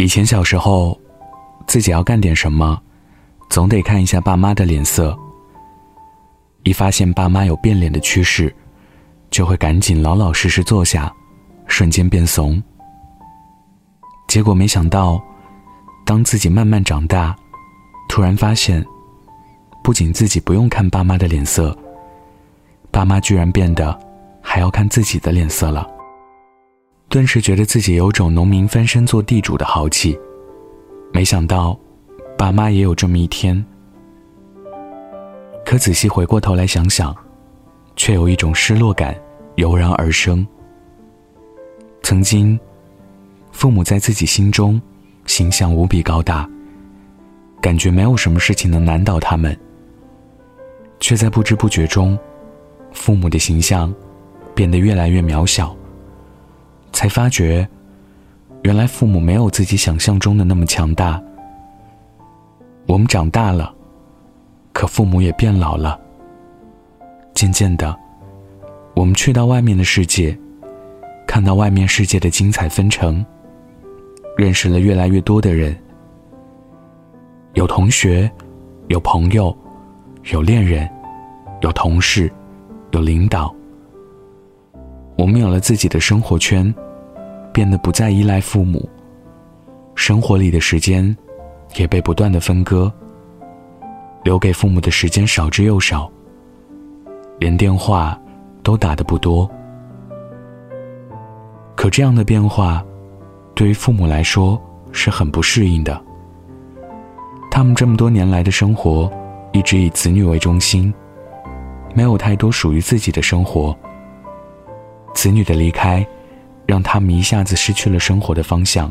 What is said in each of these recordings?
以前小时候，自己要干点什么，总得看一下爸妈的脸色。一发现爸妈有变脸的趋势，就会赶紧老老实实坐下，瞬间变怂。结果没想到，当自己慢慢长大，突然发现，不仅自己不用看爸妈的脸色，爸妈居然变得还要看自己的脸色了。顿时觉得自己有种农民翻身做地主的豪气，没想到爸妈也有这么一天。可仔细回过头来想想，却有一种失落感油然而生。曾经父母在自己心中形象无比高大，感觉没有什么事情能难倒他们，却在不知不觉中，父母的形象变得越来越渺小，才发觉原来父母没有自己想象中的那么强大。我们长大了，可父母也变老了。渐渐的，我们去到外面的世界，看到外面世界的精彩纷呈，认识了越来越多的人，有同学，有朋友，有恋人，有同事，有领导。我们有了自己的生活圈，变得不再依赖父母，生活里的时间也被不断的分割，留给父母的时间少之又少，连电话都打得不多。可这样的变化对于父母来说是很不适应的。他们这么多年来的生活一直以子女为中心，没有太多属于自己的生活。子女的离开让他们一下子失去了生活的方向。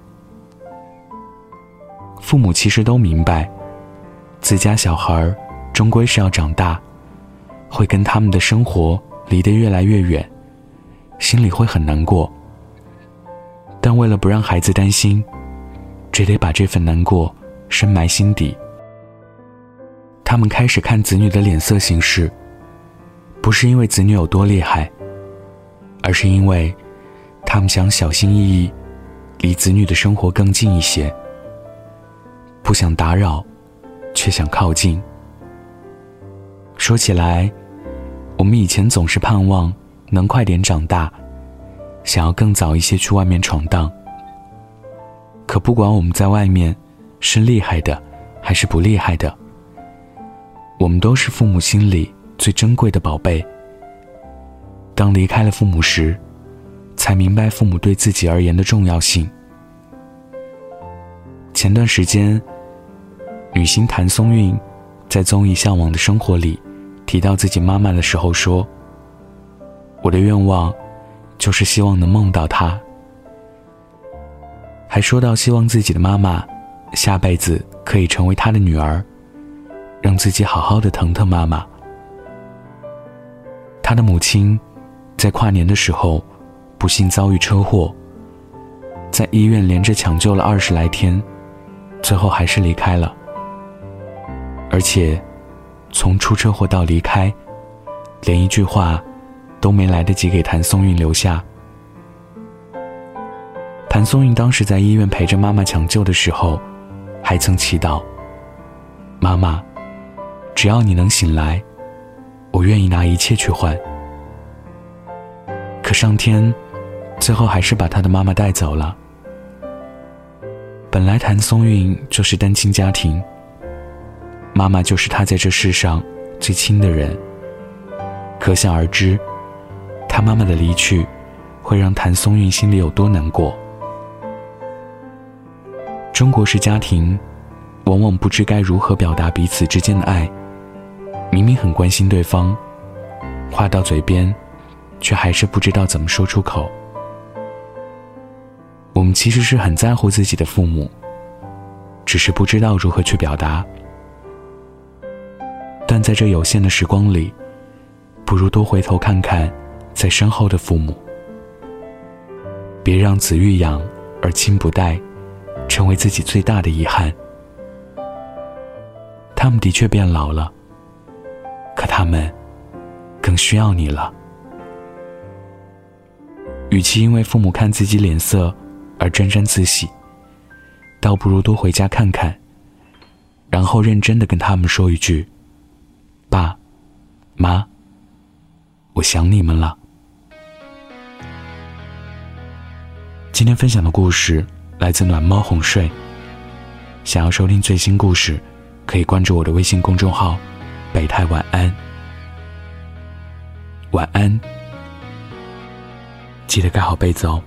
父母其实都明白，自家小孩终归是要长大，会跟他们的生活离得越来越远，心里会很难过。但为了不让孩子担心，只得把这份难过深埋心底。他们开始看子女的脸色行事，不是因为子女有多厉害，而是因为他们想小心翼翼，离子女的生活更近一些，不想打扰，却想靠近。说起来，我们以前总是盼望能快点长大，想要更早一些去外面闯荡。可不管我们在外面是厉害的还是不厉害的，我们都是父母心里最珍贵的宝贝。当离开了父母时，才明白父母对自己而言的重要性。前段时间，女星谭松韵在综艺《向往的生活》里提到自己妈妈的时候说，我的愿望就是希望能梦到她。还说到希望自己的妈妈下辈子可以成为她的女儿，让自己好好的疼疼妈妈。她的母亲在跨年的时候不幸遭遇车祸，在医院连着抢救了20来天，最后还是离开了。而且从出车祸到离开，连一句话都没来得及给谭松韵留下。谭松韵当时在医院陪着妈妈抢救的时候，还曾祈祷，妈妈，只要你能醒来，我愿意拿一切去换。可上天最后还是把他的妈妈带走了。本来谭松韵就是单亲家庭，妈妈就是他在这世上最亲的人，可想而知，他妈妈的离去会让谭松韵心里有多难过。中国式家庭往往不知该如何表达彼此之间的爱，明明很关心对方，话到嘴边却还是不知道怎么说出口。我们其实是很在乎自己的父母，只是不知道如何去表达。但在这有限的时光里，不如多回头看看在身后的父母，别让子欲养而亲不待成为自己最大的遗憾。他们的确变老了，可他们更需要你了。与其因为父母看自己脸色而沾沾自喜， 倒不如多回家看看，然后认真地跟他们说一句：爸妈，我想你们了。今天分享的故事来自暖猫哄睡。想要收听最新故事，可以关注我的微信公众号北太晚安。晚安，记得盖好被子哦。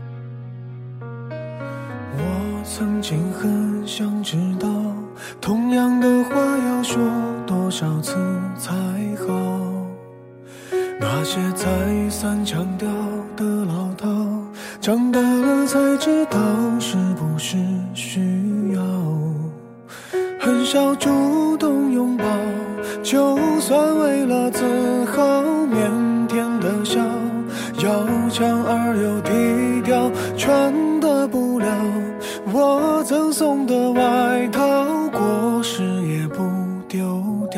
我曾经很想知道，同样的话要说多少次才好，那些再三强调的老套，长大了才知道是不是需要。很少主动拥抱，就算为了自豪，腼腆的笑，要强而又低调，穿得不了我赠送的外套，过时也不丢掉。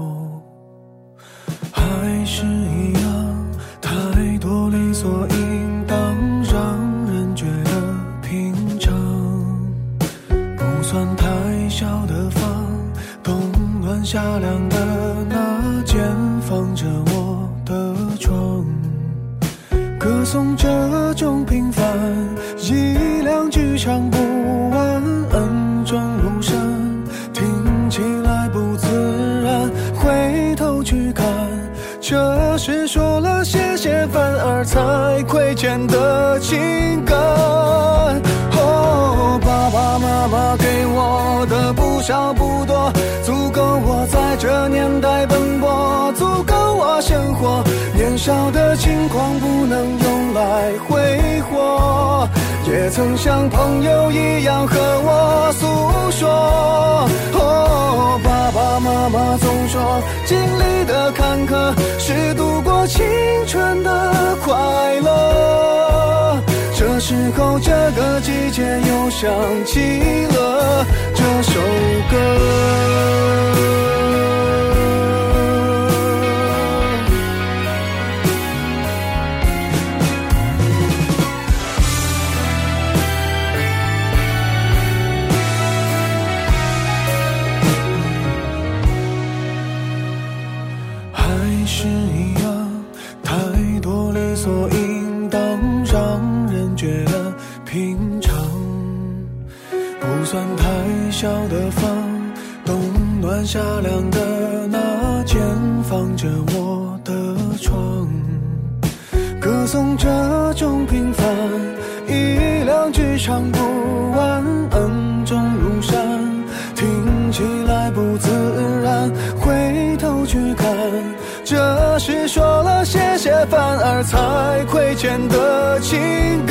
还是一样，太多理所应当，让人觉得平常。不算太小的房，冬暖夏凉的那间放着我的床，歌颂这种平凡，一两句唱不完，恩重如山，听起来不自然，回头去看，这是说了谢谢反而才亏欠的情感。哦，爸爸妈妈给我的不少不多，足够我在这年代奔波，足够我生活，年少的轻狂不能用来挥霍，也曾像朋友一样和我诉说。哦，爸爸妈妈总说，经历的坎坷是度过青春的快乐，这时候这个季节又想起了这首歌。是一样，太多理所应当，让人觉得平常。不算太小的房，冬暖夏凉的那间放着我的床，歌颂这种平凡，一两句唱不完，恩重如山，听起来不自然，回头去看，这是说了谢谢反而才亏欠的情感。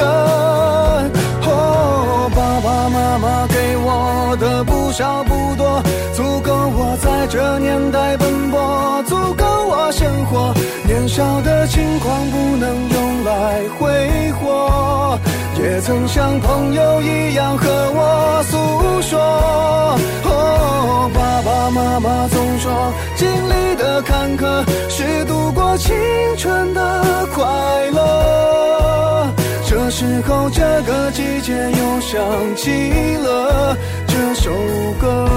哦，爸爸妈妈给我的不少不多，足够我在这年代奔波，足够我生活，年少的轻狂不能用来挥霍，也曾像朋友一样和我诉说。哦，爸爸妈妈总说，经历的坎坷是度过青春的快乐，这时候这个季节又想起了这首歌。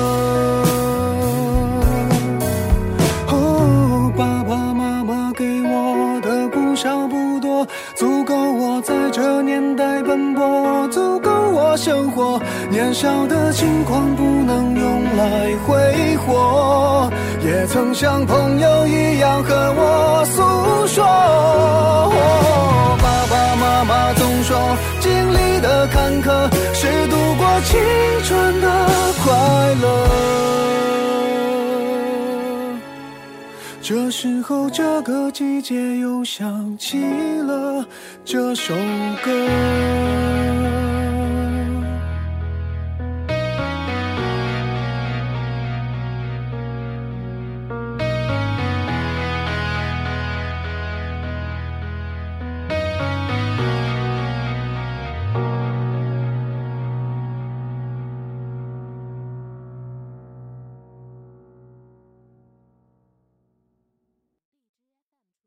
哦，爸爸妈妈给我的不少不多，足够我在这年代奔波，足够我生活，年少的轻狂不能用来挥霍，也曾像朋友一样和我诉说。哦，爸爸妈妈总说，经历的坎坷是度过青春的快乐，这时候这个季节又想起了这首歌。